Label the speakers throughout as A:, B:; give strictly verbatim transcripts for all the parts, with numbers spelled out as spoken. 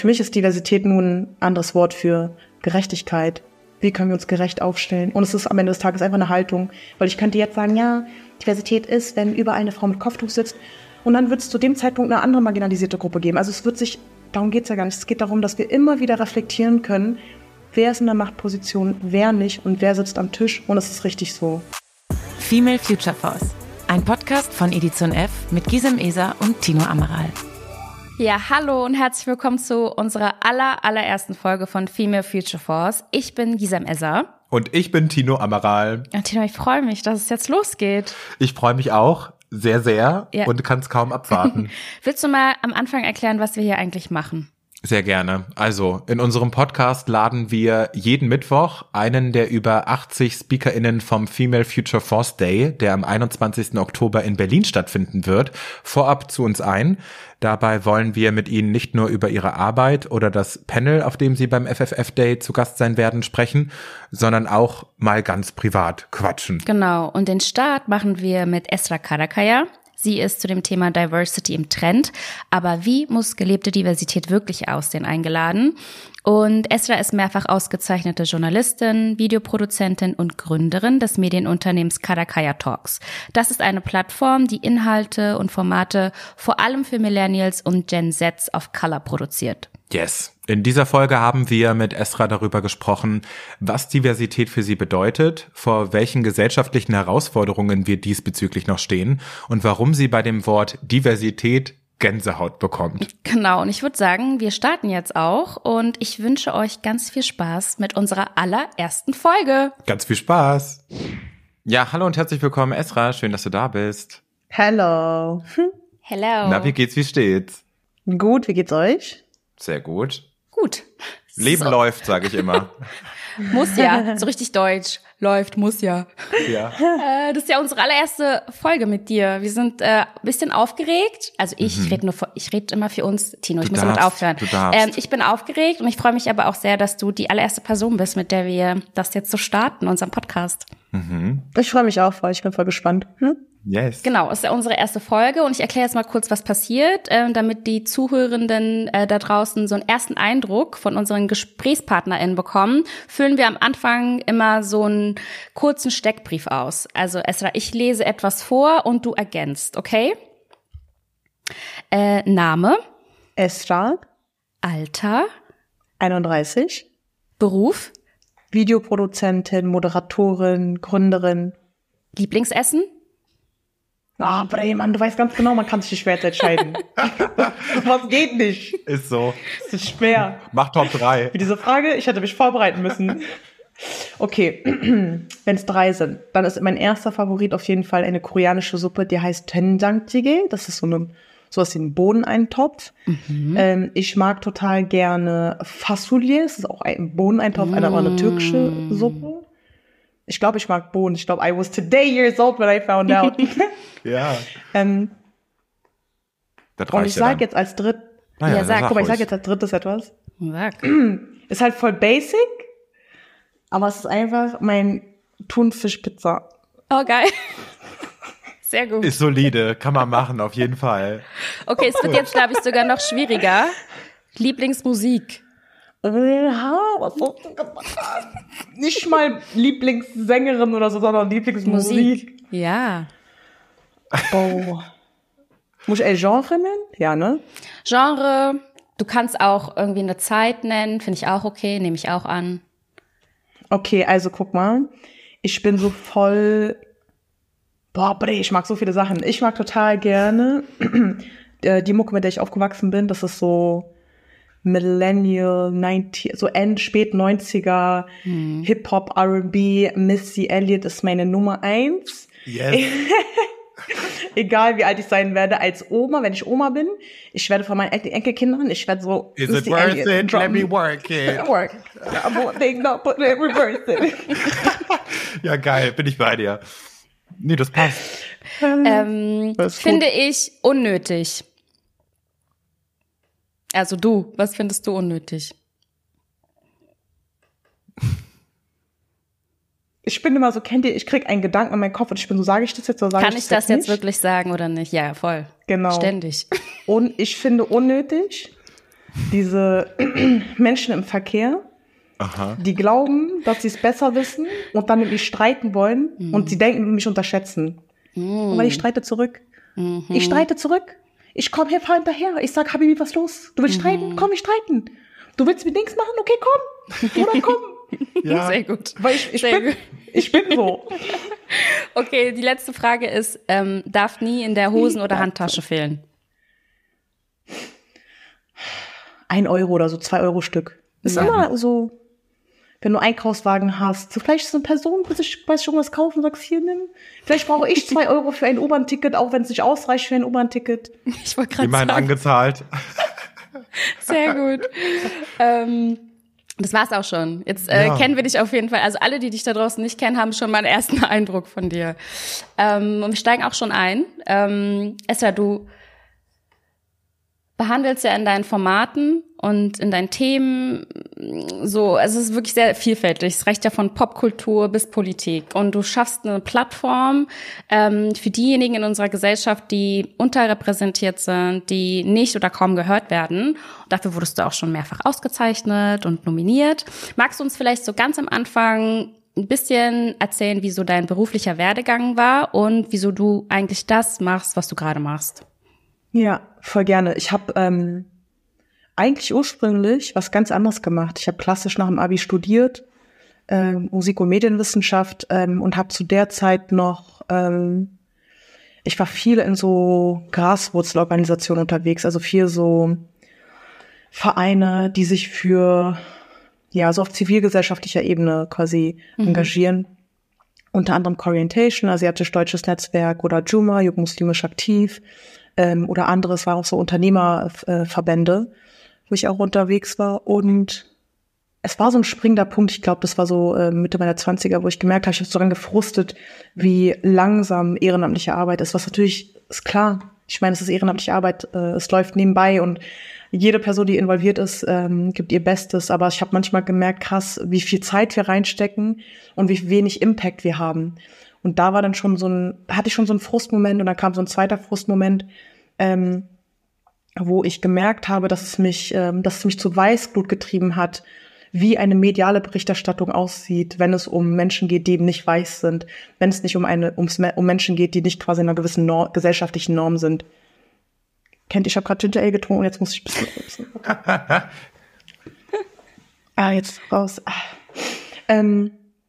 A: für mich ist Diversität nun ein anderes Wort für Gerechtigkeit. Wie können wir uns gerecht aufstellen? Und es ist am Ende des Tages einfach eine Haltung. Weil ich könnte jetzt sagen, ja, Diversität ist, wenn überall eine Frau mit Kopftuch sitzt. Und dann wird es zu dem Zeitpunkt eine andere marginalisierte Gruppe geben. Also es wird sich, darum geht es ja gar nicht. Es geht darum, dass wir immer wieder reflektieren können, wer ist in der Machtposition, wer nicht und wer sitzt am Tisch. Und es ist richtig so.
B: Female Future Force. Ein Podcast von Edition F mit Gisem Eser und Tino Amaral.
C: Ja, hallo und herzlich willkommen zu unserer aller, allerersten Folge von Female Future Force. Ich bin Gisem Eser.
D: Und ich bin Tino Amaral.
C: Ja, Tino, ich freue mich, dass es jetzt losgeht.
D: Ich freue mich auch sehr, sehr
C: ja.
D: und kann es kaum abwarten.
C: Willst du mal am Anfang erklären, was wir hier eigentlich machen?
D: Sehr gerne. Also, in unserem Podcast laden wir jeden Mittwoch einen der über achtzig SpeakerInnen vom Female Future Force Day, der am einundzwanzigsten Oktober in Berlin stattfinden wird, vorab zu uns ein. Dabei wollen wir mit ihnen nicht nur über ihre Arbeit oder das Panel, auf dem sie beim F F F Day zu Gast sein werden, sprechen, sondern auch mal ganz privat quatschen.
C: Genau. Und den Start machen wir mit Esra Karakaya. Sie ist zu dem Thema Diversity im Trend. Aber wie muss gelebte Diversität wirklich aussehen, eingeladen? Und Esra ist mehrfach ausgezeichnete Journalistin, Videoproduzentin und Gründerin des Medienunternehmens Karakaya Talks. Das ist eine Plattform, die Inhalte und Formate vor allem für Millennials und Gen Z of Color produziert.
D: Yes. In dieser Folge haben wir mit Esra darüber gesprochen, was Diversität für sie bedeutet, vor welchen gesellschaftlichen Herausforderungen wir diesbezüglich noch stehen und warum sie bei dem Wort Diversität Gänsehaut bekommt.
C: Genau, und ich würde sagen, wir starten jetzt auch und ich wünsche euch ganz viel Spaß mit unserer allerersten Folge.
D: Ganz viel Spaß. Ja, hallo und herzlich willkommen, Esra. Schön, dass du da bist.
A: Hello.
C: Hello.
D: Na, wie geht's, wie steht's?
A: Gut, wie geht's euch?
D: Sehr gut.
C: Gut.
D: Leben
C: so.
D: läuft, sage ich immer.
C: Muss ja, so richtig deutsch. Läuft, muss ja.
D: Ja.
C: Äh, das ist ja unsere allererste Folge mit dir. Wir sind äh, ein bisschen aufgeregt. Also ich, mhm. ich rede nur, für, ich rede immer für uns. Tino, ich
D: du
C: muss
D: darfst,
C: damit aufhören.
D: Du darfst.
C: Ähm, ich bin aufgeregt und ich freue mich aber auch sehr, dass du die allererste Person bist, mit der wir das jetzt so starten, unseren Podcast.
D: Mhm.
A: Ich freue mich auch voll. Ich bin voll gespannt. Hm?
D: Yes.
C: Genau, ist ja unsere erste Folge und ich erkläre jetzt mal kurz, was passiert, äh, damit die Zuhörenden äh, da draußen so einen ersten Eindruck von unseren GesprächspartnerInnen bekommen, füllen wir am Anfang immer so einen kurzen Steckbrief aus. Also Esra, ich lese etwas vor und du ergänzt, okay? Äh, Name.
A: Esra.
C: Alter.
A: einunddreißig.
C: Beruf.
A: Videoproduzentin, Moderatorin, Gründerin.
C: Lieblingsessen.
A: Ah, Bre, Mann, du weißt ganz genau, man kann sich schwer entscheiden. Was geht nicht?
D: Ist so.
A: Das ist schwer.
D: Mach Top drei.
A: Für diese Frage, ich hätte mich vorbereiten müssen. Okay, wenn es drei sind, dann ist mein erster Favorit auf jeden Fall eine koreanische Suppe, die heißt Doenjangjjigae. Das ist so eine sowas wie ein Bohneneintopf. Mhm. Ähm, ich mag total gerne Fasulye. Das ist auch ein Bohneneintopf, mm. eine, aber eine türkische Suppe. Ich glaube, ich mag Bohnen. Ich glaube, I was today years old when I found out.
D: Ja.
A: ähm, und ich sage jetzt als dritt,
D: ah, ja,
C: ja, sag,
A: guck mal, ich sage jetzt als drittes etwas.
C: Sag.
A: Ist halt voll basic, aber es ist einfach mein Thunfischpizza.
C: Oh, geil. Sehr gut.
D: Ist solide, kann man machen, auf jeden Fall.
C: Okay, es wird jetzt, glaube ich, sogar noch schwieriger. Lieblingsmusik.
A: Was soll ich Nicht mal Lieblingssängerin oder so, sondern Lieblingsmusik.
C: Musik. Ja.
A: Oh. Muss ich ein Genre nennen? Ja, ne?
C: Genre, du kannst auch irgendwie eine Zeit nennen, finde ich auch okay, nehme ich auch an.
A: Okay, also guck mal. Ich bin so voll... Boah, Bre, ich mag so viele Sachen. Ich mag total gerne die Mucke, mit der ich aufgewachsen bin. Das ist so Millennial, neunzig, so End, spät neunziger, hm. Hip-Hop, R and B. Missy Elliott ist meine Nummer eins.
D: Yes.
A: Egal, wie alt ich sein werde, als Oma, wenn ich Oma bin, ich werde von meinen Enkelkindern, ich werde so...
D: Is it worth it? Let me work it.
A: Work. Reverse it.
D: Ja, geil, bin ich bei dir. Nee, das passt.
C: Ähm, das finde ich unnötig. Also du, was findest du unnötig?
A: Ich bin immer so, kennt ihr, ich krieg einen Gedanken in meinen Kopf und ich bin so, sage ich das jetzt oder sage
C: Kann
A: ich
C: ich
A: das
C: das jetzt
A: nicht?
C: wirklich sagen oder nicht? Ja, voll.
A: Genau.
C: Ständig.
A: Und ich finde unnötig, diese Menschen im Verkehr,
D: Aha.
A: die glauben, dass sie es besser wissen und dann mit mir streiten wollen mhm. und sie denken, mich unterschätzen. Mhm. Weil ich streite zurück. Mhm. Ich streite zurück. Ich komme hier, fahr hinterher. Ich sag, Habibi, was los? Du willst mhm. streiten? Komm, wir streiten. Du willst mir nichts machen? Okay, komm. Oder komm.
C: Ja. Sehr gut.
A: Weil ich, ich,
C: Sehr
A: bin,
C: gut.
A: ich bin so.
C: Okay, die letzte Frage ist, ähm, darf nie in der Hosen- oder Handtasche fehlen?
A: Ein Euro oder so, zwei Euro Stück. Ist ja. immer so, wenn du Einkaufswagen hast, so vielleicht ist eine Person, die sich, weiß schon was kaufen, sagst hier, nimm. Vielleicht brauche ich zwei Euro für ein U-Bahn-Ticket, auch wenn es nicht ausreicht für ein U-Bahn-Ticket.
C: Ich wollte gerade
D: Immerhin
C: sagen.
D: angezahlt.
C: Sehr gut. ähm, das war's auch schon. Jetzt äh, ja. kennen wir dich auf jeden Fall. Also alle, die dich da draußen nicht kennen, haben schon mal einen ersten Eindruck von dir. Ähm, und wir steigen auch schon ein. Ähm, Esra, du behandelst ja in deinen Formaten und in deinen Themen so, also es ist wirklich sehr vielfältig. Es reicht ja von Popkultur bis Politik. Und du schaffst eine Plattform ähm, für diejenigen in unserer Gesellschaft, die unterrepräsentiert sind, die nicht oder kaum gehört werden. Und dafür wurdest du auch schon mehrfach ausgezeichnet und nominiert. Magst du uns vielleicht so ganz am Anfang ein bisschen erzählen, wie so dein beruflicher Werdegang war und wieso du eigentlich das machst, was du gerade machst?
A: Ja, voll gerne. Ich habe ähm, eigentlich ursprünglich was ganz anderes gemacht. Ich habe klassisch nach dem Abi studiert, ähm, Musik- und Medienwissenschaft ähm, und habe zu der Zeit noch, ähm, ich war viel in so Graswurzelorganisationen unterwegs, also viel so Vereine, die sich für, ja, so auf zivilgesellschaftlicher Ebene quasi mhm. engagieren. Unter anderem Corientation, Asiatisch-Deutsches Netzwerk oder Juma, Jugend Muslimisch Aktiv. Ähm, oder anderes war auch so Unternehmerverbände, wo ich auch unterwegs war. Und es war so ein springender Punkt, ich glaube, das war so äh, Mitte meiner Zwanziger, wo ich gemerkt habe, ich habe so daran gefrustet, wie langsam ehrenamtliche Arbeit ist. Was natürlich ist klar, ich meine, es ist ehrenamtliche Arbeit, äh, es läuft nebenbei und jede Person, die involviert ist, ähm, gibt ihr Bestes. Aber ich habe manchmal gemerkt, krass, wie viel Zeit wir reinstecken und wie wenig Impact wir haben. Und da war dann schon so ein, hatte ich schon so einen Frustmoment und dann kam so ein zweiter Frustmoment, ähm, wo ich gemerkt habe, dass es mich, ähm, dass es mich zu Weißglut getrieben hat, wie eine mediale Berichterstattung aussieht, wenn es um Menschen geht, die eben nicht weiß sind, wenn es nicht um eine, ums, um Menschen geht, die nicht quasi in einer gewissen Norm, gesellschaftlichen Norm sind. Kennt ihr, ich habe gerade Ginger Ale getrunken und jetzt muss ich ein bisschen. ah, jetzt raus. Ah. Ähm,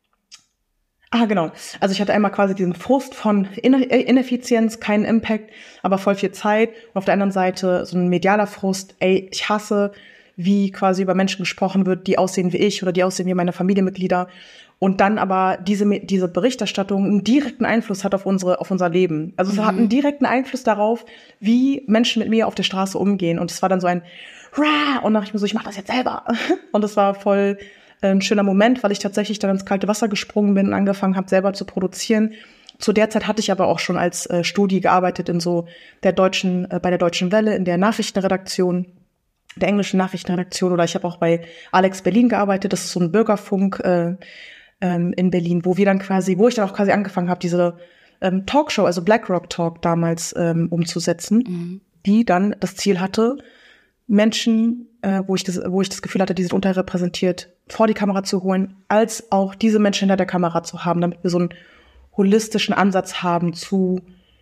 A: Ah, genau. Also ich hatte einmal quasi diesen Frust von Ineffizienz, keinen Impact, aber voll viel Zeit. Und auf der anderen Seite so ein medialer Frust, ey, ich hasse, wie quasi über Menschen gesprochen wird, die aussehen wie ich oder die aussehen wie meine Familienmitglieder. Und dann aber diese diese Berichterstattung einen direkten Einfluss hat auf unsere auf unser Leben. Also es mhm. hat einen direkten Einfluss darauf, wie Menschen mit mir auf der Straße umgehen. Und es war dann so ein Rah! Und dann dachte ich mir so, ich mach das jetzt selber. Und es war voll ein schöner Moment, weil ich tatsächlich dann ins kalte Wasser gesprungen bin und angefangen habe, selber zu produzieren. Zu der Zeit hatte ich aber auch schon als äh, Studi gearbeitet in so der deutschen, äh, bei der Deutschen Welle, in der Nachrichtenredaktion, der englischen Nachrichtenredaktion, oder ich habe auch bei Alex Berlin gearbeitet. Das ist so ein Bürgerfunk äh, ähm, in Berlin, wo wir dann quasi, wo ich dann auch quasi angefangen habe, diese ähm, Talkshow, also Black Rock Talk damals ähm, umzusetzen, mhm. die dann das Ziel hatte, Menschen, äh, wo ich das, wo ich das Gefühl hatte, die sind unterrepräsentiert, vor die Kamera zu holen, als auch diese Menschen hinter der Kamera zu haben, damit wir so einen holistischen Ansatz haben zu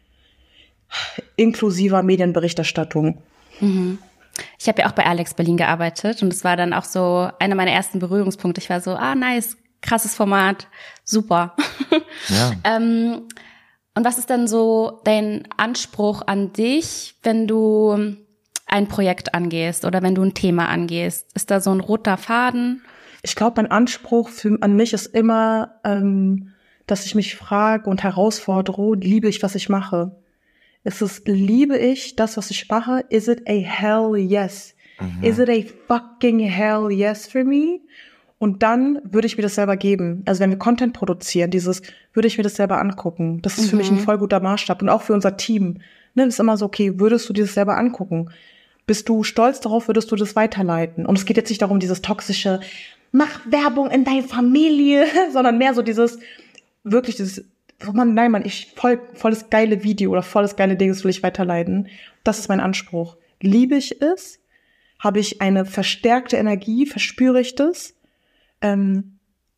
A: inklusiver Medienberichterstattung.
C: Mhm. Ich habe ja auch bei Alex Berlin gearbeitet und es war dann auch so einer meiner ersten Berührungspunkte. Ich war so, ah, nice, krasses Format, super. Ja. ähm, und was ist dann so dein Anspruch an dich, wenn du ein Projekt angehst oder wenn du ein Thema angehst? Ist da so ein roter Faden?
A: Ich glaube, mein Anspruch für, an mich ist immer, ähm, dass ich mich frage und herausfordere, liebe ich, was ich mache? Ist es, liebe ich das, was ich mache? Is it a hell yes? Mhm. Is it a fucking hell yes for me? Und dann würde ich mir das selber geben. Also wenn wir Content produzieren, dieses, würde ich mir das selber angucken. Das ist mhm. für mich ein voll guter Maßstab. Und auch für unser Team. Ne, das ist immer so, okay, würdest du dir das selber angucken? Bist du stolz darauf, würdest du das weiterleiten? Und es geht jetzt nicht darum, dieses toxische, mach Werbung in deine Familie, sondern mehr so dieses, wirklich dieses, oh Mann, nein, Mann, ich voll, voll das geile Video oder voll das geile Ding, das will ich weiterleiten. Das ist mein Anspruch. Liebe ich es? habe ich eine verstärkte Energie, verspüre ich das, ähm,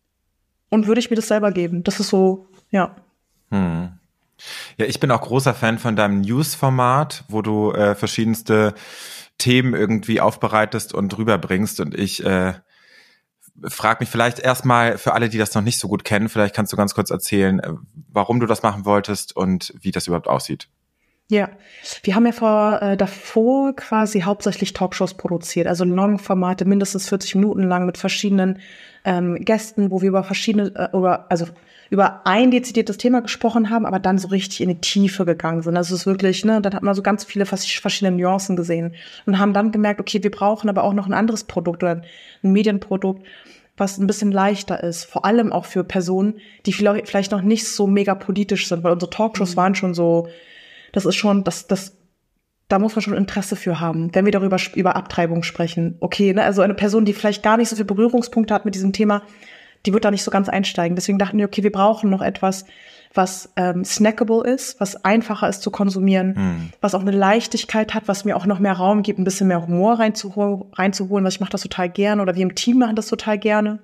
A: und würde ich mir das selber geben. Das ist so, ja.
D: Hm. Ja, ich bin auch großer Fan von deinem News-Format, wo du äh, verschiedenste Themen irgendwie aufbereitest und rüberbringst. Und ich äh, frage mich vielleicht erstmal für alle, die das noch nicht so gut kennen, vielleicht kannst du ganz kurz erzählen, warum du das machen wolltest und wie das überhaupt aussieht.
A: Ja, wir haben ja vor äh, davor quasi hauptsächlich Talkshows produziert, also Long-Formate, mindestens vierzig Minuten lang mit verschiedenen ähm, Gästen, wo wir über verschiedene, äh, über, also über ein dezidiertes Thema gesprochen haben, aber dann so richtig in die Tiefe gegangen sind. Also es ist wirklich, ne, dann hat man so ganz viele verschiedene Nuancen gesehen und haben dann gemerkt, okay, wir brauchen aber auch noch ein anderes Produkt oder ein Medienprodukt, was ein bisschen leichter ist, vor allem auch für Personen, die vielleicht noch nicht so mega politisch sind, weil unsere Talkshows mhm. waren schon so, das ist schon, das, das, da muss man schon Interesse für haben, wenn wir darüber über Abtreibung sprechen. Okay, ne, also eine Person, die vielleicht gar nicht so viele Berührungspunkte hat mit diesem Thema, die wird da nicht so ganz einsteigen. Deswegen dachten wir, okay, wir brauchen noch etwas, was ähm, snackable ist, was einfacher ist zu konsumieren, hm. was auch eine Leichtigkeit hat, was mir auch noch mehr Raum gibt, ein bisschen mehr Humor reinzuhol- reinzuholen, weil ich mache das total gerne oder wir im Team machen das total gerne.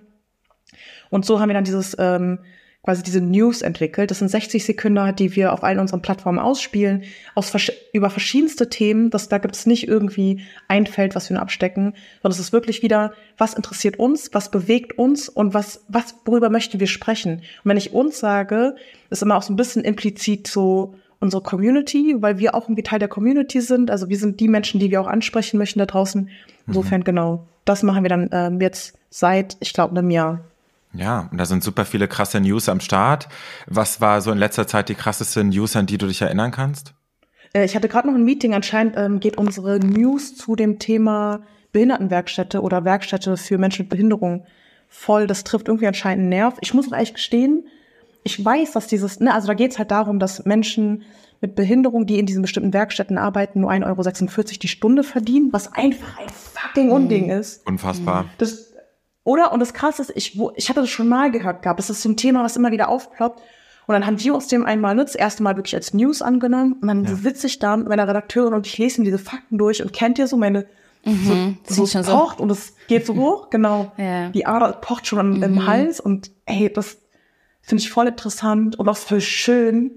A: Und so haben wir dann dieses ähm, quasi diese News entwickelt. Das sind sechzig Sekunden, die wir auf allen unseren Plattformen ausspielen, aus vers- über verschiedenste Themen. Das, da gibt es nicht irgendwie ein Feld, was wir nur abstecken, sondern es ist wirklich wieder, was interessiert uns, was bewegt uns und was, was, worüber möchten wir sprechen. Und wenn ich uns sage, ist immer auch so ein bisschen implizit so unsere Community, weil wir auch irgendwie Teil der Community sind. Also wir sind die Menschen, die wir auch ansprechen möchten da draußen. Insofern, mhm. genau, das machen wir dann ähm, jetzt seit, ich glaube, einem Jahr.
D: Ja, und da sind super viele krasse News am Start. Was war so in letzter Zeit die krasseste News, an die du dich erinnern kannst?
A: Äh, ich hatte gerade noch ein Meeting. Anscheinend ähm, geht unsere News zu dem Thema Behindertenwerkstätte oder Werkstätte für Menschen mit Behinderung voll. Das trifft irgendwie anscheinend einen Nerv. Ich muss auch echt gestehen, ich weiß, dass dieses, ne, also da geht es halt darum, dass Menschen mit Behinderung, die in diesen bestimmten Werkstätten arbeiten, nur ein Euro sechsundvierzig die Stunde verdienen, was einfach ein fucking Unding mhm. ist.
D: Unfassbar.
A: Das Oder? Und das Krasse ist, ich, wo, ich hatte das schon mal gehört gehabt. Das ist so ein Thema, was immer wieder aufploppt. Und dann haben wir uns dem einmal ne, das erste Mal wirklich als News angenommen. Und dann ja. sitze ich da mit meiner Redakteurin und ich lese mir diese Fakten durch. Und kennt ihr so meine,
C: mhm,
A: so, so pocht so. Und es geht so hoch, genau. Ja. Die Ader pocht schon mhm. im Hals. Und ey, das finde ich voll interessant und auch voll schön.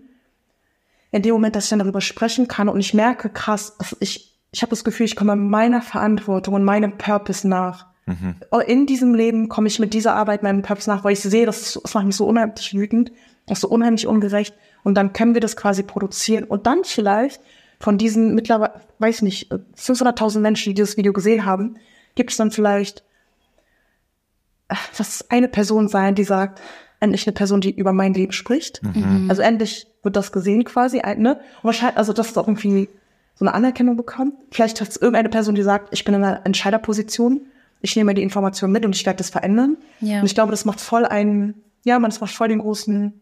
A: In dem Moment, dass ich dann darüber sprechen kann und ich merke, krass, ich, ich habe das Gefühl, ich komme meiner Verantwortung und meinem Purpose nach. Mhm. In diesem Leben komme ich mit dieser Arbeit meinem Purpose nach, weil ich sehe, das, das macht mich so unheimlich wütend, das ist so unheimlich ungerecht und dann können wir das quasi produzieren und dann vielleicht von diesen mittlerweile, weiß nicht, fünfhunderttausend Menschen, die dieses Video gesehen haben, gibt es dann vielleicht das eine Person sein, die sagt, endlich eine Person, die über mein Leben spricht. Mhm. Also endlich wird das gesehen quasi, ne? Und wahrscheinlich, also das ist auch irgendwie so eine Anerkennung bekommt. Vielleicht hat es irgendeine Person, die sagt, ich bin in einer Entscheiderposition, ich nehme die Information mit und ich werde das verändern. Ja. Und ich glaube, das macht voll einen, ja, man, das macht voll den großen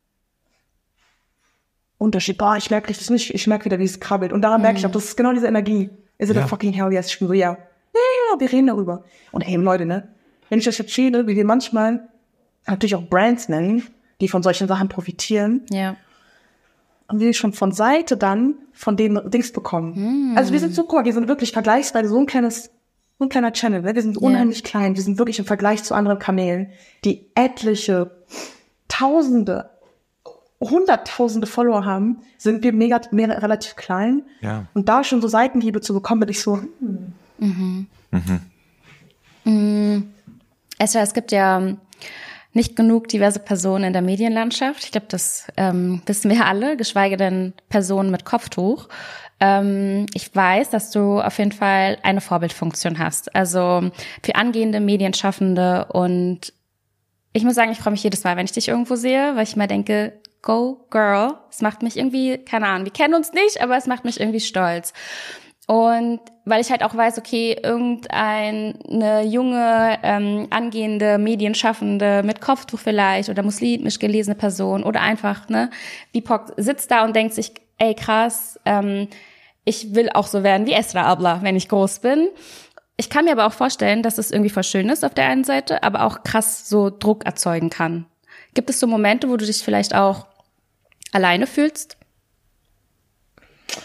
A: Unterschied. Boah, ich merke das nicht, ich merke wieder, wie es krabbelt. Und daran mhm. merke ich auch, das ist genau diese Energie. Is it ja. a fucking hell yes? Ich bin so, ja. Ja, ja, wir reden darüber. Und ey, Leute, ne? Wenn ich euch erzähle, wie wir manchmal natürlich auch Brands nennen, die von solchen Sachen profitieren.
C: Ja.
A: Und wir schon von Seite dann von denen Dings bekommen. Mhm. Also wir sind so, guck mal, wir sind wirklich vergleichsweise so ein kleines So ein kleiner Channel, ne? Wir sind unheimlich yeah. klein. Wir sind wirklich im Vergleich zu anderen Kanälen, die etliche, Tausende, Hunderttausende Follower haben, sind wir mega, mega relativ klein.
D: Ja.
A: Und da schon so Seitenhiebe zu bekommen, bin ich so, hm.
C: Mhm. Mhm. Mhm. Esther, es gibt ja nicht genug diverse Personen in der Medienlandschaft. Ich glaube, das ähm, wissen wir alle, geschweige denn Personen mit Kopftuch. Ähm, ich weiß, dass du auf jeden Fall eine Vorbildfunktion hast, also für angehende Medienschaffende, und ich muss sagen, ich freue mich jedes Mal, wenn ich dich irgendwo sehe, weil ich mal denke, go girl, es macht mich irgendwie, keine Ahnung, wir kennen uns nicht, aber es macht mich irgendwie stolz. Und weil ich halt auch weiß, okay, irgendeine junge, ähm, angehende Medienschaffende mit Kopftuch vielleicht oder muslimisch gelesene Person oder einfach, ne, B I P O C sitzt da und denkt sich, ey krass, ähm, ich will auch so werden wie Esra Abla, wenn ich groß bin. Ich kann mir aber auch vorstellen, dass es irgendwie voll schön ist auf der einen Seite, aber auch krass so Druck erzeugen kann. Gibt es so Momente, wo du dich vielleicht auch alleine fühlst?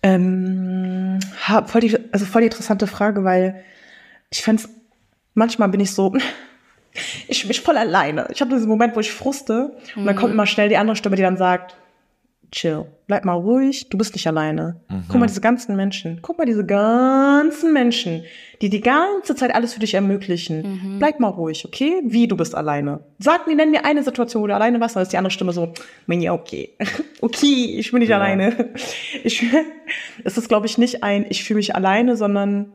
A: Ähm, voll die, also voll die interessante Frage, weil ich fände manchmal bin ich so, ich bin voll alleine. Ich habe diesen Moment, wo ich fruste mhm. und dann kommt immer schnell die andere Stimme, die dann sagt, chill, bleib mal ruhig, du bist nicht alleine. Mhm. Guck mal, diese ganzen Menschen, guck mal, diese ganzen Menschen, die die ganze Zeit alles für dich ermöglichen. Mhm. Bleib mal ruhig, okay? Wie, du bist alleine? Sag mir, nenn mir eine Situation, wo du alleine warst, dann ist die andere Stimme so, ja, okay, okay, ich bin nicht ja. alleine. Ich, es ist, glaube ich, nicht ein, ich fühle mich alleine, sondern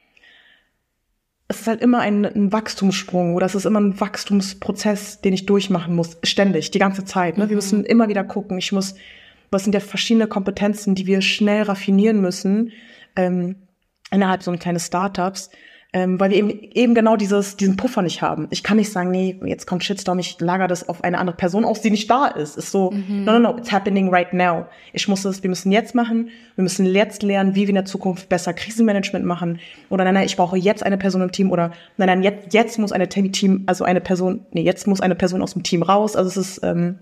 A: es ist halt immer ein, ein Wachstumssprung oder es ist immer ein Wachstumsprozess, den ich durchmachen muss, ständig, die ganze Zeit. Ne? Mhm. Wir müssen immer wieder gucken. Ich muss, was sind ja verschiedene Kompetenzen, die wir schnell raffinieren müssen ähm, innerhalb so ein kleines Startups, ähm, weil wir eben eben genau dieses diesen Puffer nicht haben. Ich kann nicht sagen, nee, jetzt kommt Shitstorm, ich lager das auf eine andere Person aus, die nicht da ist. Ist so, mhm. no, no, no, it's happening right now. Ich muss es, wir müssen jetzt machen, wir müssen jetzt lernen, wie wir in der Zukunft besser Krisenmanagement machen. Oder nein, nein, ich brauche jetzt eine Person im Team oder nein, nein, jetzt, jetzt muss eine Team, also eine Person, nee, jetzt muss eine Person aus dem Team raus. Also es ist, ähm,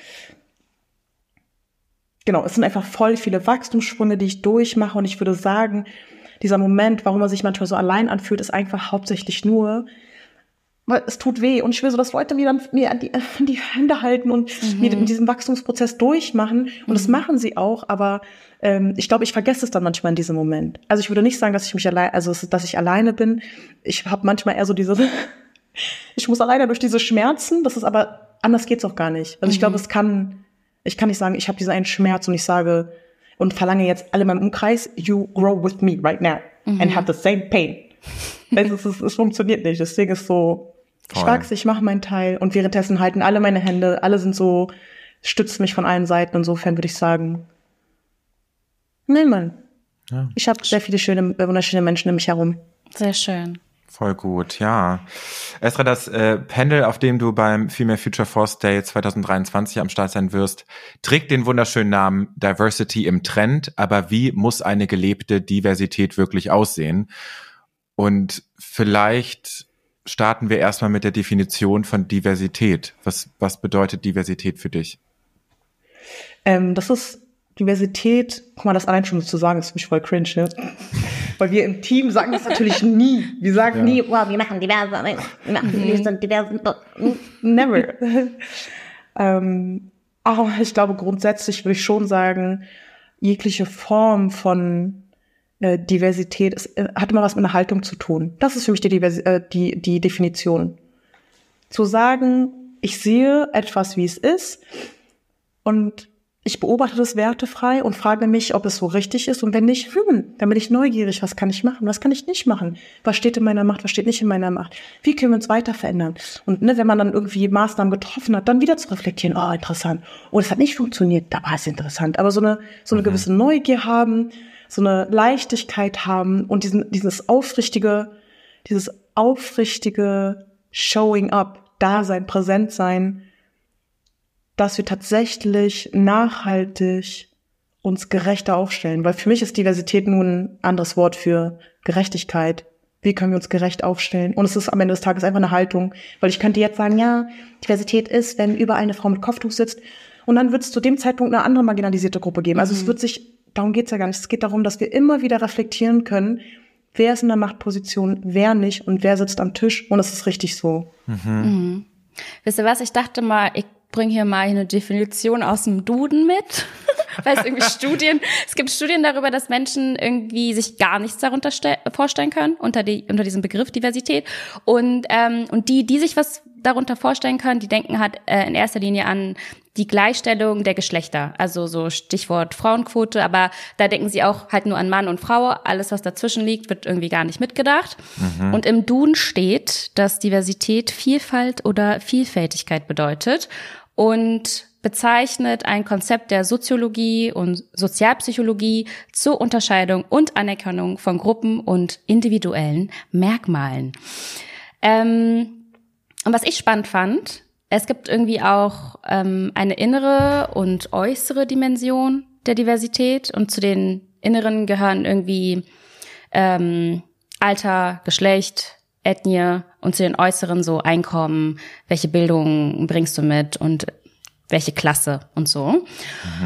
A: genau, es sind einfach voll viele Wachstumssprünge, die ich durchmache und ich würde sagen, dieser Moment, warum man sich manchmal so allein anfühlt, ist einfach hauptsächlich nur, weil es tut weh. Und ich will so, dass Leute mir dann mir an die, an die Hände halten und mhm. mir in diesem Wachstumsprozess durchmachen. Und mhm. das machen sie auch. Aber ähm, ich glaube, ich vergesse es dann manchmal in diesem Moment. Also ich würde nicht sagen, dass ich mich allein, also dass ich alleine bin. Ich habe manchmal eher so diese, ich muss alleine durch diese Schmerzen. Das ist aber, anders geht's auch gar nicht. Also ich mhm. glaube, es kann, ich kann nicht sagen, ich habe diesen einen Schmerz und ich sage, und verlange jetzt alle in meinem Umkreis, you grow with me right now mhm. and have the same pain. es, ist, es, es funktioniert nicht. Deswegen ist so, Voll. ich wachse, ich mache meinen Teil und währenddessen halten alle meine Hände, alle sind so, stützen mich von allen Seiten. Insofern würde ich sagen, nein, Mann. Ja. Ich habe sehr viele schöne, wunderschöne Menschen um mich herum.
C: Sehr schön.
D: Voll gut, ja. Esra, das äh, Panel, auf dem du beim Female Future Force Day zwanzig dreiundzwanzig am Start sein wirst, trägt den wunderschönen Namen Diversity im Trend, aber wie muss eine gelebte Diversität wirklich aussehen? Und vielleicht starten wir erstmal mit der Definition von Diversität. Was, was bedeutet Diversität für dich?
A: Ähm, das ist Diversität, guck mal, das allein schon zu sagen, ist für mich voll cringe, ne? Weil wir im Team sagen das natürlich nie. Wir sagen ja. nie, wow, wir machen diverse, wir, machen, mhm. wir sind diverse, never. ähm, aber ich glaube, grundsätzlich würde ich schon sagen, jegliche Form von äh, Diversität ist, äh, hat immer was mit einer Haltung zu tun. Das ist für mich die, Diversi- äh, die, die Definition. Zu sagen, ich sehe etwas, wie es ist und ich beobachte das wertefrei und frage mich, ob es so richtig ist. Und wenn nicht, hm, dann bin ich neugierig. Was kann ich machen? Was kann ich nicht machen? Was steht in meiner Macht? Was steht nicht in meiner Macht? Wie können wir uns weiter verändern? Und ne, wenn man dann irgendwie Maßnahmen getroffen hat, dann wieder zu reflektieren. Oh, interessant. Oh, das hat nicht funktioniert. Da war es interessant. Aber so eine, so eine mhm. gewisse Neugier haben, so eine Leichtigkeit haben und diesen, dieses aufrichtige, dieses aufrichtige Showing up, Dasein, präsent sein, dass wir tatsächlich nachhaltig uns gerechter aufstellen. Weil für mich ist Diversität nun ein anderes Wort für Gerechtigkeit. Wie können wir uns gerecht aufstellen? Und es ist am Ende des Tages einfach eine Haltung. Weil ich könnte jetzt sagen, ja, Diversität ist, wenn überall eine Frau mit Kopftuch sitzt. Und dann wird es zu dem Zeitpunkt eine andere marginalisierte Gruppe geben. Also mhm. es wird sich, darum geht's ja gar nicht. Es geht darum, dass wir immer wieder reflektieren können, wer ist in der Machtposition, wer nicht und wer sitzt am Tisch. Und es ist richtig so.
C: Mhm. Mhm. Wisst ihr was? Ich dachte mal, ich bringe hier mal eine Definition aus dem Duden mit, weil es irgendwie Studien, es gibt Studien darüber, dass Menschen irgendwie sich gar nichts darunter ste- vorstellen können unter die unter diesem Begriff Diversität und ähm, und die, die sich was darunter vorstellen können, die denken halt äh, in erster Linie an die Gleichstellung der Geschlechter, also so Stichwort Frauenquote, aber da denken sie auch halt nur an Mann und Frau, alles was dazwischen liegt, wird irgendwie gar nicht mitgedacht. Mhm. Und im Duden steht, dass Diversität Vielfalt oder Vielfältigkeit bedeutet und bezeichnet ein Konzept der Soziologie und Sozialpsychologie zur Unterscheidung und Anerkennung von Gruppen und individuellen Merkmalen. Ähm, und was ich spannend fand, es gibt irgendwie auch ähm, eine innere und äußere Dimension der Diversität und zu den inneren gehören irgendwie ähm, Alter, Geschlecht, Ethnie und zu den äußeren so Einkommen, welche Bildung bringst du mit und welche Klasse und so. Mhm.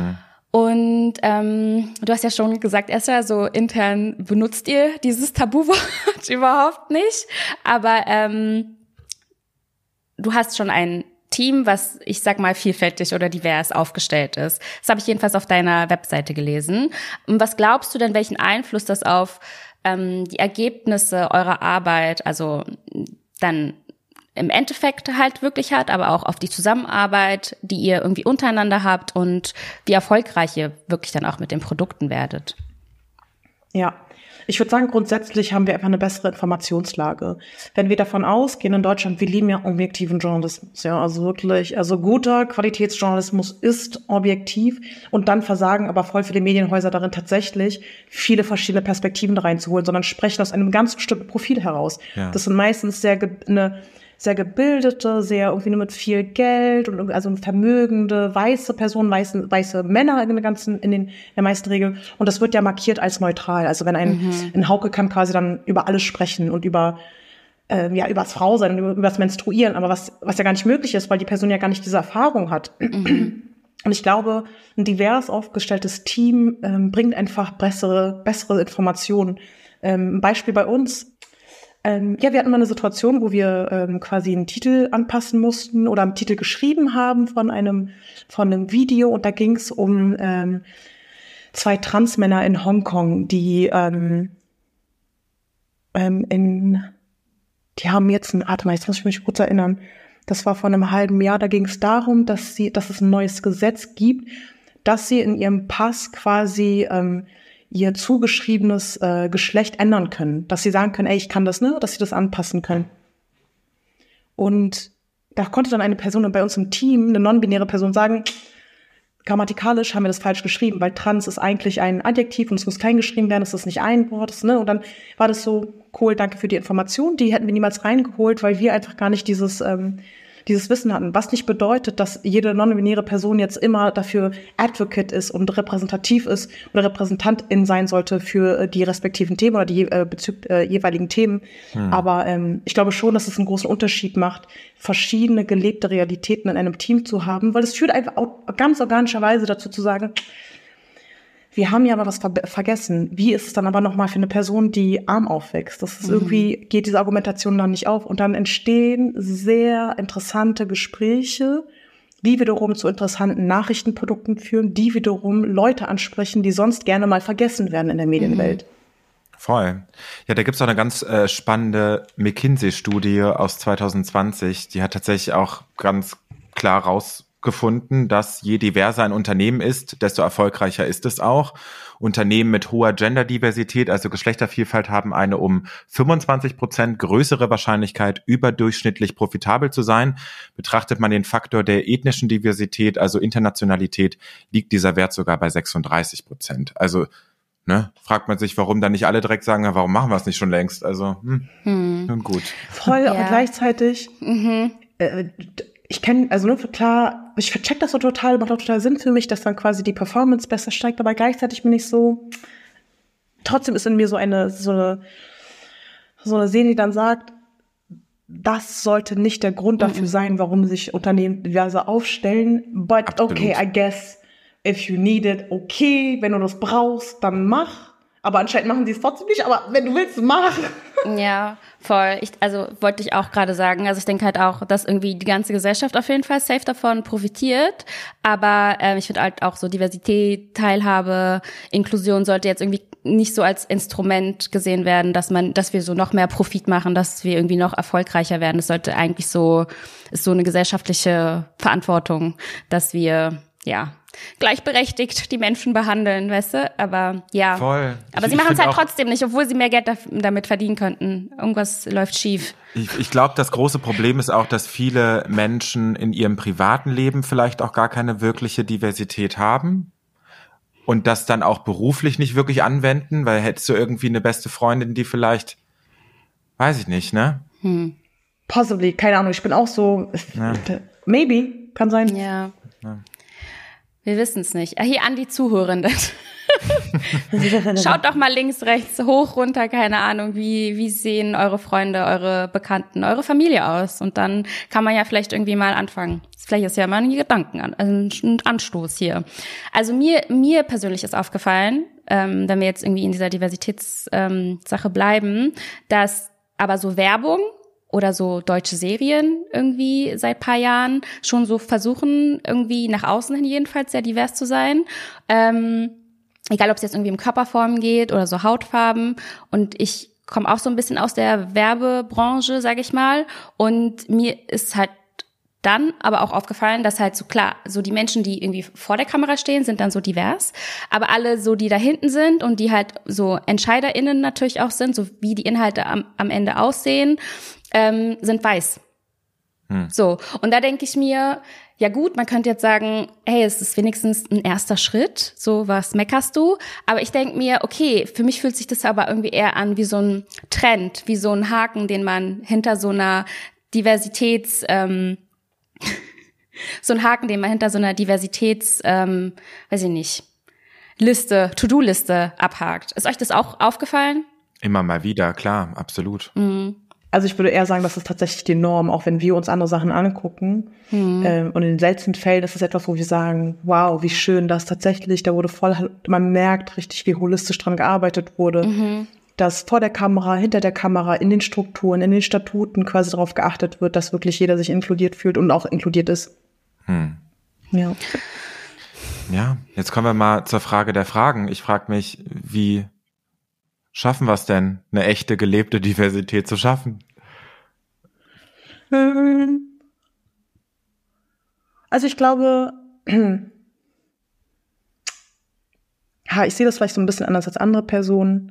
C: Und ähm, du hast ja schon gesagt, Esther, so intern benutzt ihr dieses Tabuwort überhaupt nicht. Aber ähm, du hast schon ein Team, was, ich sag mal, vielfältig oder divers aufgestellt ist. Das habe ich jedenfalls auf deiner Webseite gelesen. Und was glaubst du denn, welchen Einfluss das auf ähm, die Ergebnisse eurer Arbeit, also dann im Endeffekt halt wirklich hat, aber auch auf die Zusammenarbeit, die ihr irgendwie untereinander habt und wie erfolgreich ihr wirklich dann auch mit den Produkten werdet?
A: Ja, ich würde sagen, grundsätzlich haben wir einfach eine bessere Informationslage. Wenn wir davon ausgehen, in Deutschland, wir lieben ja objektiven Journalismus, ja, also wirklich, also guter Qualitätsjournalismus ist objektiv und dann versagen aber voll viele Medienhäuser darin tatsächlich, viele verschiedene Perspektiven da reinzuholen, sondern sprechen aus einem ganz bestimmten Profil heraus. Ja. Das sind meistens sehr ge- eine sehr gebildete, sehr irgendwie nur mit viel Geld und also vermögende weiße Personen, weiße, weiße Männer in der ganzen, in den in der meisten Regel. Und das wird ja markiert als neutral. Also wenn ein, mhm. ein Hauke kann quasi dann über alles sprechen und über äh, ja über das Frausein und über, über das Menstruieren, aber was was ja gar nicht möglich ist, weil die Person ja gar nicht diese Erfahrung hat. Mhm. Und ich glaube, ein divers aufgestelltes Team ähm, bringt einfach bessere bessere Informationen. Ähm, ein Beispiel bei uns. Ähm, ja, wir hatten mal eine Situation, wo wir ähm, quasi einen Titel anpassen mussten oder einen Titel geschrieben haben von einem von einem Video und da ging es um ähm, zwei Transmänner in Hongkong, die ähm, ähm, in die haben jetzt einen Atem, jetzt muss ich mich kurz erinnern. Das war vor einem halben Jahr. Da ging es darum, dass sie, dass es ein neues Gesetz gibt, dass sie in ihrem Pass quasi ähm, ihr zugeschriebenes äh, Geschlecht ändern können. Dass sie sagen können, ey, ich kann das, ne? Dass sie das anpassen können. Und da konnte dann eine Person bei uns im Team, eine non-binäre Person sagen, grammatikalisch haben wir das falsch geschrieben, weil trans ist eigentlich ein Adjektiv und es muss klein geschrieben werden, es ist nicht ein Wort, ist, ne? Und dann war das so, cool, danke für die Information, die hätten wir niemals reingeholt, weil wir einfach gar nicht dieses ähm, dieses Wissen hatten, was nicht bedeutet, dass jede non-binäre Person jetzt immer dafür Advocate ist und repräsentativ ist oder Repräsentantin sein sollte für die respektiven Themen oder die äh, bezüglich äh, jeweiligen Themen. Hm. Aber ähm, ich glaube schon, dass es einen großen Unterschied macht, verschiedene gelebte Realitäten in einem Team zu haben, weil es führt einfach auch ganz organischerweise dazu zu sagen, wir haben ja aber was ver- vergessen. Wie ist es dann aber nochmal für eine Person, die arm aufwächst? Das ist mhm. irgendwie, geht diese Argumentation dann nicht auf. Und dann entstehen sehr interessante Gespräche, die wiederum zu interessanten Nachrichtenprodukten führen, die wiederum Leute ansprechen, die sonst gerne mal vergessen werden in der Medienwelt.
D: Mhm. Voll. Ja, da gibt's auch eine ganz äh, spannende McKinsey-Studie aus zwanzig zwanzig. Die hat tatsächlich auch ganz klar raus gefunden, dass je diverser ein Unternehmen ist, desto erfolgreicher ist es auch. Unternehmen mit hoher Genderdiversität, also Geschlechtervielfalt, haben eine um fünfundzwanzig Prozent größere Wahrscheinlichkeit, überdurchschnittlich profitabel zu sein. Betrachtet man den Faktor der ethnischen Diversität, also Internationalität, liegt dieser Wert sogar bei sechsunddreißig Prozent. Also ne, fragt man sich, warum dann nicht alle direkt sagen, warum machen wir es nicht schon längst? Also, hm, hm. nun gut.
A: Voll, ja. Aber gleichzeitig mhm. äh, ich kenne, also nur für klar, ich check das so total, macht auch total Sinn für mich, dass dann quasi die Performance besser steigt, aber gleichzeitig bin ich so, trotzdem ist in mir so eine, so eine, so eine Seele, die dann sagt, das sollte nicht der Grund dafür mhm. sein, warum sich Unternehmen diverse aufstellen, but Absolut. Okay, I guess, if you need it, okay, wenn du das brauchst, dann mach. Aber anscheinend machen sie es trotzdem nicht, aber wenn du willst, mach.
C: Ja, voll. Ich, also wollte ich auch gerade sagen, also ich denke halt auch, dass irgendwie die ganze Gesellschaft auf jeden Fall safe davon profitiert, aber äh, ich finde halt auch so Diversität, Teilhabe, Inklusion sollte jetzt irgendwie nicht so als Instrument gesehen werden, dass man, dass wir so noch mehr Profit machen, dass wir irgendwie noch erfolgreicher werden. Es sollte eigentlich so, ist so eine gesellschaftliche Verantwortung, dass wir, ja, gleichberechtigt die Menschen behandeln, weißt du? Aber ja.
D: Voll.
C: Aber ich, sie machen es halt trotzdem nicht, obwohl sie mehr Geld damit verdienen könnten. Irgendwas läuft schief.
D: Ich, ich glaube, das große Problem ist auch, dass viele Menschen in ihrem privaten Leben vielleicht auch gar keine wirkliche Diversität haben und das dann auch beruflich nicht wirklich anwenden, weil hättest du irgendwie eine beste Freundin, die vielleicht, weiß ich nicht, ne?
A: Hm. Possibly, keine Ahnung, ich bin auch so, ja. Maybe, kann sein.
C: Ja. ja. Wir wissen es nicht. Hier an die Zuhörenden. Schaut doch mal links, rechts, hoch, runter, keine Ahnung, wie, wie sehen eure Freunde, eure Bekannten, eure Familie aus? Und dann kann man ja vielleicht irgendwie mal anfangen. Vielleicht ist ja mal ein Gedanken, an, ein Anstoß hier. Also mir, mir persönlich ist aufgefallen, ähm, wenn wir jetzt irgendwie in dieser Diversitätssache ähm, Sache bleiben, dass aber so Werbung oder so deutsche Serien irgendwie seit paar Jahren schon so versuchen, irgendwie nach außen hin jedenfalls sehr divers zu sein. Ähm, egal, ob es jetzt irgendwie um Körperformen geht oder so Hautfarben. Und ich komme auch so ein bisschen aus der Werbebranche, sage ich mal. Und mir ist halt dann aber auch aufgefallen, dass halt so klar, so die Menschen, die irgendwie vor der Kamera stehen, sind dann so divers. Aber alle so, die da hinten sind und die halt so EntscheiderInnen natürlich auch sind, so wie die Inhalte am, am Ende aussehen, ähm, sind weiß. Hm. So. Und da denke ich mir, ja gut, man könnte jetzt sagen, hey, es ist wenigstens ein erster Schritt, so was meckerst du? Aber ich denke mir, okay, für mich fühlt sich das aber irgendwie eher an wie so ein Trend, wie so ein Haken, den man hinter so einer Diversitäts, ähm, so ein Haken, den man hinter so einer Diversitäts, ähm, weiß ich nicht, Liste, To-Do-Liste abhakt. Ist euch das auch aufgefallen?
D: Immer mal wieder, klar, absolut.
C: Mhm.
A: Also ich würde eher sagen, das ist tatsächlich die Norm, auch wenn wir uns andere Sachen angucken. Mhm. Ähm, und in den seltensten Fällen ist es etwas, wo wir sagen, wow, wie schön das tatsächlich, da wurde voll, man merkt richtig, wie holistisch dran gearbeitet wurde. Mhm. Dass vor der Kamera, hinter der Kamera, in den Strukturen, in den Statuten quasi darauf geachtet wird, dass wirklich jeder sich inkludiert fühlt und auch inkludiert ist. Hm. Ja.
D: Ja, jetzt kommen wir mal zur Frage der Fragen. Ich frage mich, wie schaffen wir es denn, eine echte, gelebte Diversität zu schaffen?
A: Also ich glaube, ja, ich sehe das vielleicht so ein bisschen anders als andere Personen.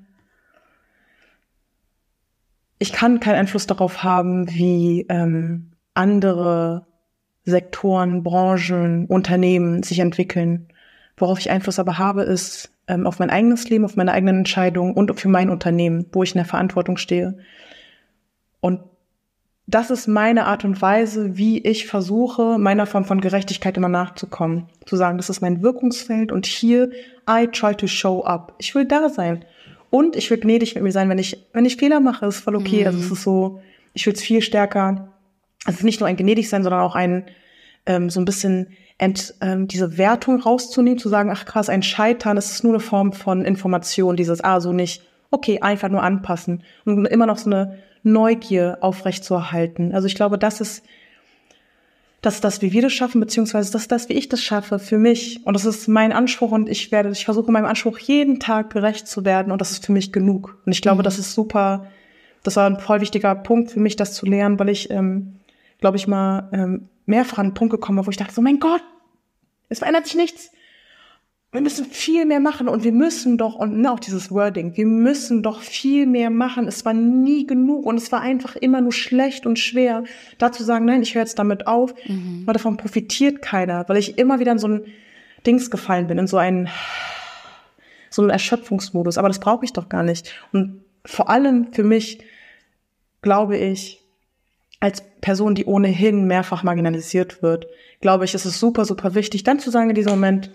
A: Ich kann keinen Einfluss darauf haben, wie ähm, andere Sektoren, Branchen, Unternehmen sich entwickeln. Worauf ich Einfluss aber habe, ist ähm, auf mein eigenes Leben, auf meine eigenen Entscheidungen und für mein Unternehmen, wo ich in der Verantwortung stehe. Und das ist meine Art und Weise, wie ich versuche, meiner Form von Gerechtigkeit immer nachzukommen. Zu sagen, das ist mein Wirkungsfeld und hier, I try to show up. Ich will da sein. Und ich will gnädig mit mir sein, wenn ich wenn ich Fehler mache, ist voll okay. Mhm. Also es ist so, ich will es viel stärker, also nicht nur ein gnädig sein, sondern auch ein ähm, so ein bisschen ent, ähm, diese Wertung rauszunehmen, zu sagen, ach krass, ein Scheitern, das ist nur eine Form von Information, dieses, ah, so nicht, okay, einfach nur anpassen. Und immer noch so eine Neugier aufrechtzuerhalten. Also ich glaube, das ist das ist das, wie wir das schaffen, beziehungsweise das ist das, wie ich das schaffe für mich. Und das ist mein Anspruch und ich werde, ich versuche meinem Anspruch jeden Tag gerecht zu werden und das ist für mich genug. Und ich glaube, mhm. das ist super, das war ein voll wichtiger Punkt für mich, das zu lernen, weil ich, ähm, glaube ich, mal ähm, mehrfach an einen Punkt gekommen bin, wo ich dachte, so mein Gott, es verändert sich nichts. Wir müssen viel mehr machen und wir müssen doch, und ne, auch dieses Wording, wir müssen doch viel mehr machen. Es war nie genug und es war einfach immer nur schlecht und schwer, da zu sagen, nein, ich höre jetzt damit auf, mhm. weil davon profitiert keiner, weil ich immer wieder in so ein Dings gefallen bin, in so einen, so einen Erschöpfungsmodus. Aber das brauche ich doch gar nicht. Und vor allem für mich, glaube ich, als Person, die ohnehin mehrfach marginalisiert wird, glaube ich, ist es super, super wichtig, dann zu sagen in diesem Moment,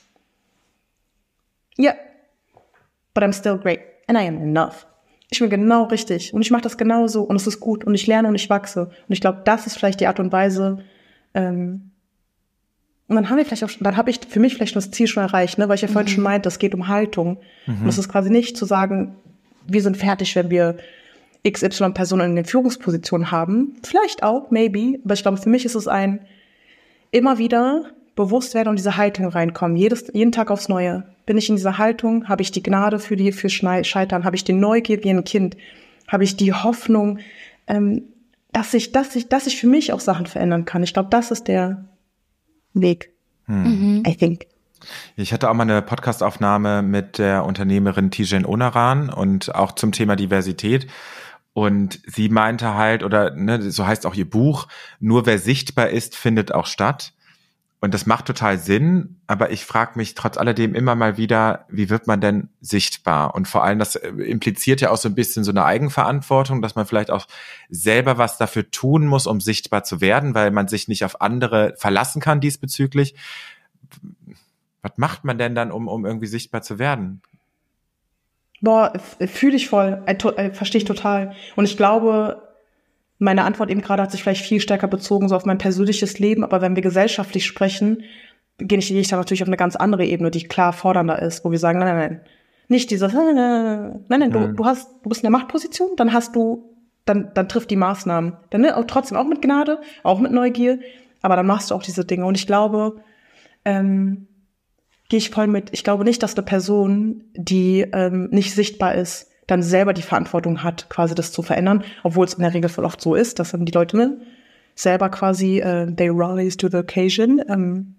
A: ja, yeah, but I'm still great and I am enough. Ich bin genau richtig und ich mache das genauso und es ist gut und ich lerne und ich wachse. Und ich glaube, das ist vielleicht die Art und Weise. Ähm, und dann haben wir vielleicht auch, dann habe ich für mich vielleicht schon das Ziel schon erreicht, ne, weil ich ja mhm. vorhin schon meinte, es geht um Haltung. Mhm. Und es ist quasi nicht zu sagen, wir sind fertig, wenn wir X Y-Personen in den Führungspositionen haben. Vielleicht auch, maybe. Aber ich glaube, für mich ist es ein immer wieder bewusst werden und diese Haltung reinkommen. Jedes, jeden Tag aufs Neue. Bin ich in dieser Haltung? Habe ich die Gnade für die für Scheitern? Habe ich die Neugier wie ein Kind? Habe ich die Hoffnung, ähm, dass ich, dass ich, dass ich für mich auch Sachen verändern kann? Ich glaube, das ist der Weg. Hm. I think.
D: Ich hatte auch mal eine Podcastaufnahme mit der Unternehmerin Tijen Onaran und auch zum Thema Diversität. Und sie meinte halt, oder ne, so heißt auch ihr Buch, nur wer sichtbar ist, findet auch statt. Und das macht total Sinn, aber ich frage mich trotz alledem immer mal wieder, wie wird man denn sichtbar? Und vor allem, das impliziert ja auch so ein bisschen so eine Eigenverantwortung, dass man vielleicht auch selber was dafür tun muss, um sichtbar zu werden, weil man sich nicht auf andere verlassen kann diesbezüglich. Was macht man denn dann, um, um irgendwie sichtbar zu werden?
A: Boah, fühle ich voll, äh, äh, verstehe ich total. Und ich glaube, meine Antwort eben gerade hat sich vielleicht viel stärker bezogen so auf mein persönliches Leben, aber wenn wir gesellschaftlich sprechen, gehe ich, gehe ich da natürlich auf eine ganz andere Ebene, die klar fordernder ist, wo wir sagen, nein, nein, nein, nicht dieses, nein, nein, nein, nein, du, du hast, du bist in der Machtposition, dann hast du, dann, dann trifft die Maßnahmen. Dann ne, auch trotzdem auch mit Gnade, auch mit Neugier, aber dann machst du auch diese Dinge. Und ich glaube, ähm, gehe ich voll mit, ich glaube nicht, dass eine Person, die ähm, nicht sichtbar ist, dann selber die Verantwortung hat, quasi das zu verändern, obwohl es in der Regel voll oft so ist, dass dann die Leute ne, selber quasi, äh, they rise to the occasion. Ähm,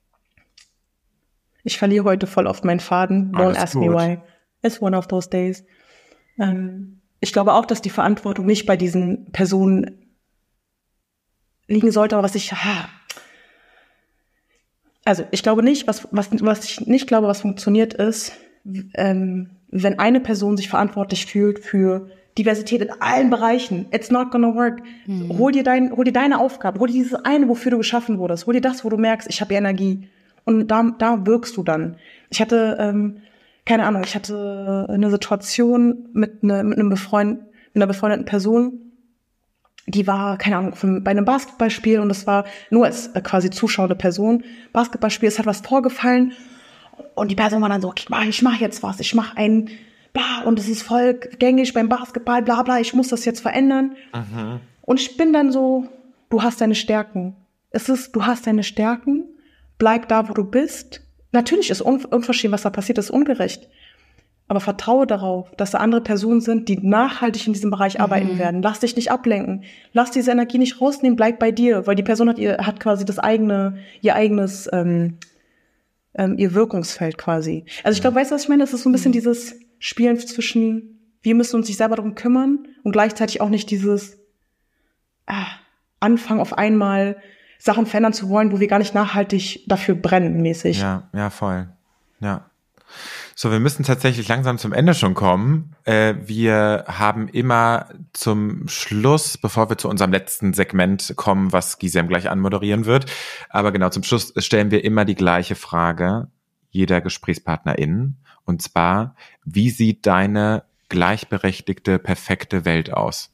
A: ich verliere heute voll oft meinen Faden. Don't
D: Alles
A: ask
D: gut.
A: me why. It's one of those days. Ähm, ich glaube auch, dass die Verantwortung nicht bei diesen Personen liegen sollte, aber was ich, ha, also ich glaube nicht, was, was, was ich nicht glaube, was funktioniert ist, ähm, wenn eine Person sich verantwortlich fühlt für Diversität in allen Bereichen. It's not gonna work. Mhm. Hol dir dein, hol dir deine Aufgabe, hol dir dieses eine, wofür du geschaffen wurdest, hol dir das, wo du merkst, ich habe Energie. Und da, da wirkst du dann. Ich hatte, ähm, keine Ahnung, ich hatte eine Situation mit, ne, mit einem Befreund, mit einer befreundeten Person, die war, keine Ahnung, von, bei einem Basketballspiel und das war nur als äh, quasi zuschauende Person. Basketballspiel, es hat was vorgefallen und die Person war dann so, okay, ich mache jetzt was, ich mache ein bla und es ist voll gängig beim Basketball, bla bla, ich muss das jetzt verändern. Mhm. Und ich bin dann so, du hast deine Stärken. Es ist, du hast deine Stärken, bleib da, wo du bist. Natürlich ist un- unverschämt, was da passiert, ist ungerecht. Aber vertraue darauf, dass da andere Personen sind, die nachhaltig in diesem Bereich arbeiten mhm. werden. Lass dich nicht ablenken. Lass diese Energie nicht rausnehmen, bleib bei dir. Weil die Person hat ihr hat quasi das eigene, ihr eigenes, ähm, ähm, ihr Wirkungsfeld quasi. Also ich glaube, weißt du, was ich meine? Das ist so ein bisschen mhm. dieses Spielen zwischen, wir müssen uns nicht selber darum kümmern und gleichzeitig auch nicht dieses ah, Anfangen auf einmal Sachen verändern zu wollen, wo wir gar nicht nachhaltig dafür brennen, mäßig.
D: Ja, ja, voll. Ja. So, wir müssen tatsächlich langsam zum Ende schon kommen. Äh, wir haben immer zum Schluss, bevor wir zu unserem letzten Segment kommen, was Gisem gleich anmoderieren wird, aber genau zum Schluss stellen wir immer die gleiche Frage jeder GesprächspartnerInnen. Und zwar, wie sieht deine gleichberechtigte, perfekte Welt aus?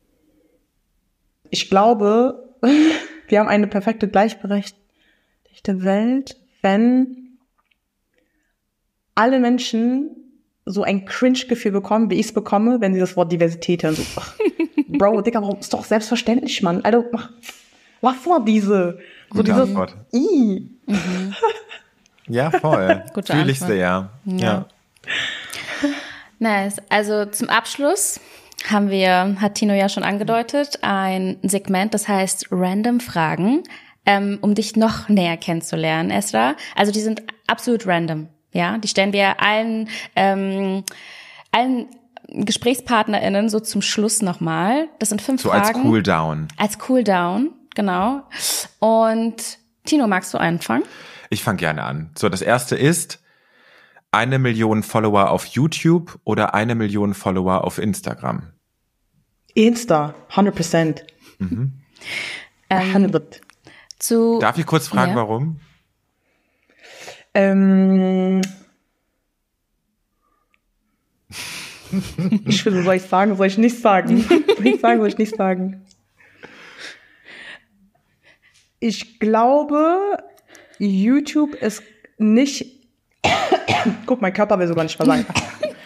A: Ich glaube, wir haben eine perfekte, gleichberechtigte Welt, wenn alle Menschen so ein Cringe-Gefühl bekommen, wie ich es bekomme, wenn sie das Wort Diversität hören. So, ach, Bro, Digga, warum ist doch selbstverständlich, Mann. Alter, mach, lass mal diese, so
D: Gute
A: dieses,
D: I. Mhm. Ja, voll. Fühle ich sehr, ja. ja.
C: Nice. Also zum Abschluss haben wir, hat Tino ja schon angedeutet, ein Segment, das heißt Random Fragen, ähm, um dich noch näher kennenzulernen, Esra. Also die sind absolut random. Ja, die stellen wir allen, ähm, allen GesprächspartnerInnen so zum Schluss nochmal. Das sind fünf
D: so
C: Fragen.
D: So als Cooldown.
C: Als Cooldown, genau. Und Tino, magst du anfangen?
D: Ich fange gerne an. So, das erste ist, eine Million Follower auf YouTube oder eine Million Follower auf Instagram?
A: Insta, hundert Prozent.
D: Mhm.
C: Ähm, zu,
D: Darf ich kurz fragen, ja. warum?
A: Ähm, ich will, soll ich sagen, soll ich nicht sagen? Soll ich sagen, soll ich nicht sagen? Ich glaube, YouTube ist nicht, guck, mein Körper will sogar nicht mal sagen.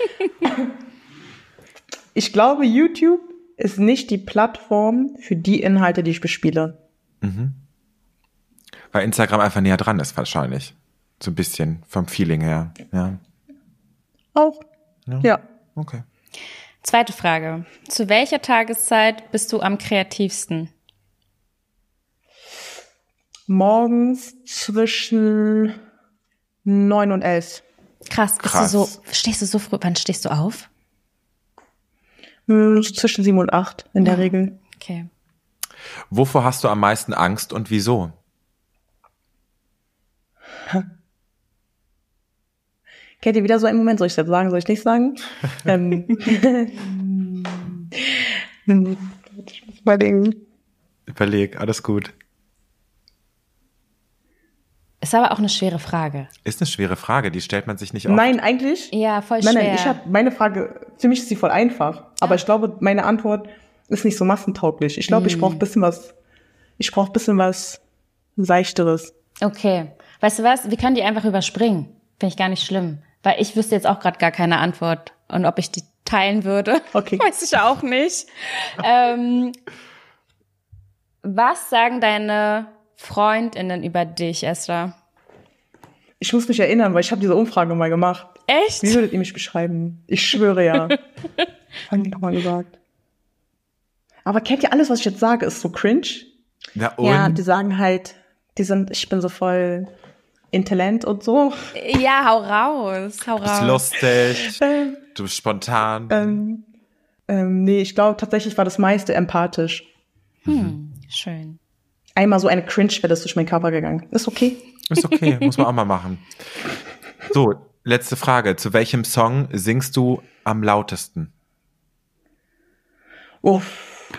A: Ich glaube, YouTube ist nicht die Plattform für die Inhalte, die ich bespiele.
D: Mhm. Weil Instagram einfach näher dran ist, wahrscheinlich. So ein bisschen vom Feeling her, ja.
A: Auch, ja. ja.
D: Okay.
C: Zweite Frage. Zu welcher Tageszeit bist du am kreativsten?
A: Morgens zwischen neun und elf.
C: Krass, bist
D: Krass.
C: du so, stehst du so früh, wann stehst du auf?
A: Hm, zwischen sieben und acht in der ja. Regel.
C: Okay.
D: Wovor hast du am meisten Angst und wieso?
A: Kennt ihr wieder so einen Moment? Soll ich das sagen? Soll ich nicht sagen? ähm, ich muss überlegen.
D: Überleg, alles gut.
C: Ist aber auch eine schwere Frage.
D: Ist eine schwere Frage, die stellt man sich nicht oft.
A: Nein, eigentlich?
C: Ja, voll
A: nein,
C: schwer.
A: Nein, ich habe meine Frage, für mich ist sie voll einfach. Aber ich glaube, meine Antwort ist nicht so massentauglich. Ich glaube, mm. ich brauche ein bisschen was, ich brauche ein bisschen was Seichteres.
C: Okay. Weißt du was? Wir können die einfach überspringen. Finde ich gar nicht schlimm. Weil ich wüsste jetzt auch gerade gar keine Antwort. Und ob ich die teilen würde,
A: okay.
C: weiß ich auch nicht. ähm, was sagen deine FreundInnen über dich, Esra?
A: Ich muss mich erinnern, weil ich habe diese Umfrage mal gemacht.
C: Echt?
A: Wie würdet ihr mich beschreiben? Ich schwöre ja. Haben die nochmal gesagt. Aber kennt ihr, alles, was ich jetzt sage, ist so cringe?
D: Ja, und?
A: Ja, die sagen halt, die sind, ich bin so voll Intellent und so.
C: Ja, hau raus, hau raus.
D: Du bist lustig, ähm, du bist spontan.
A: Ähm, ähm, nee, ich glaube, tatsächlich war das meiste empathisch.
C: Hm, schön.
A: Einmal so eine Cringe-Welle ist durch meinen Körper gegangen. Ist okay.
D: Ist okay, muss man auch mal machen. So, letzte Frage. Zu welchem Song singst du am lautesten?
A: Uff.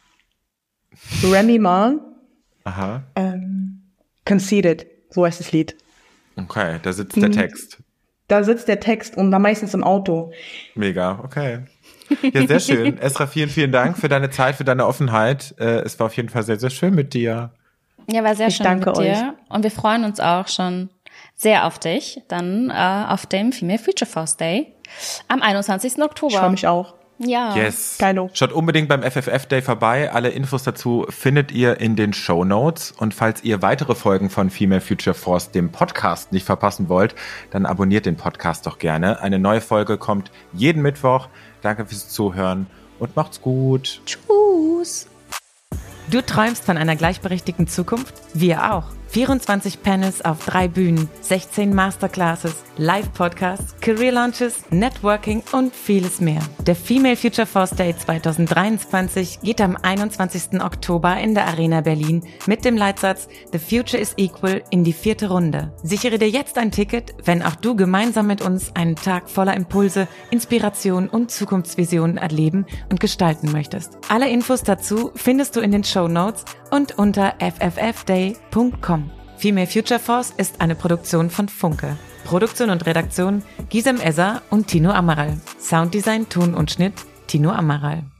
A: Remy Ma.
D: Aha.
A: Ähm, Conceited, so heißt das Lied.
D: Okay, da sitzt der Text.
A: Da sitzt der Text und da meistens im Auto.
D: Mega, okay. Ja, sehr schön. Esra, vielen, vielen Dank für deine Zeit, für deine Offenheit. Äh, es war auf jeden Fall sehr, sehr schön mit dir.
C: Ja, war sehr
A: ich
C: schön
A: danke
C: mit dir.
A: euch.
C: Und wir freuen uns auch schon sehr auf dich, dann äh, auf dem Female Future Force Day am einundzwanzigsten Oktober.
A: Ich freue mich auch.
C: Ja.
D: Yes.
A: Geilo.
D: Schaut unbedingt beim F F F Day vorbei. Alle Infos dazu findet ihr in den Shownotes. Und falls ihr weitere Folgen von Female Future Force, dem Podcast, nicht verpassen wollt, dann abonniert den Podcast doch gerne. Eine neue Folge kommt jeden Mittwoch. Danke fürs Zuhören und macht's gut.
C: Tschüss.
B: Du träumst von einer gleichberechtigten Zukunft? Wir auch. vierundzwanzig Panels auf drei Bühnen, sechzehn Masterclasses, Live-Podcasts, Career-Launches, Networking und vieles mehr. Der Female Future Force Day zwanzig dreiundzwanzig geht am einundzwanzigsten Oktober in der Arena Berlin mit dem Leitsatz The Future is Equal in die vierte Runde. Sichere dir jetzt ein Ticket, wenn auch du gemeinsam mit uns einen Tag voller Impulse, Inspiration und Zukunftsvisionen erleben und gestalten möchtest. Alle Infos dazu findest du in den Shownotes und unter f f f day punkt com. Female Future Force ist eine Produktion von Funke. Produktion und Redaktion Gisem Esser und Tino Amaral. Sounddesign, Ton und Schnitt Tino Amaral.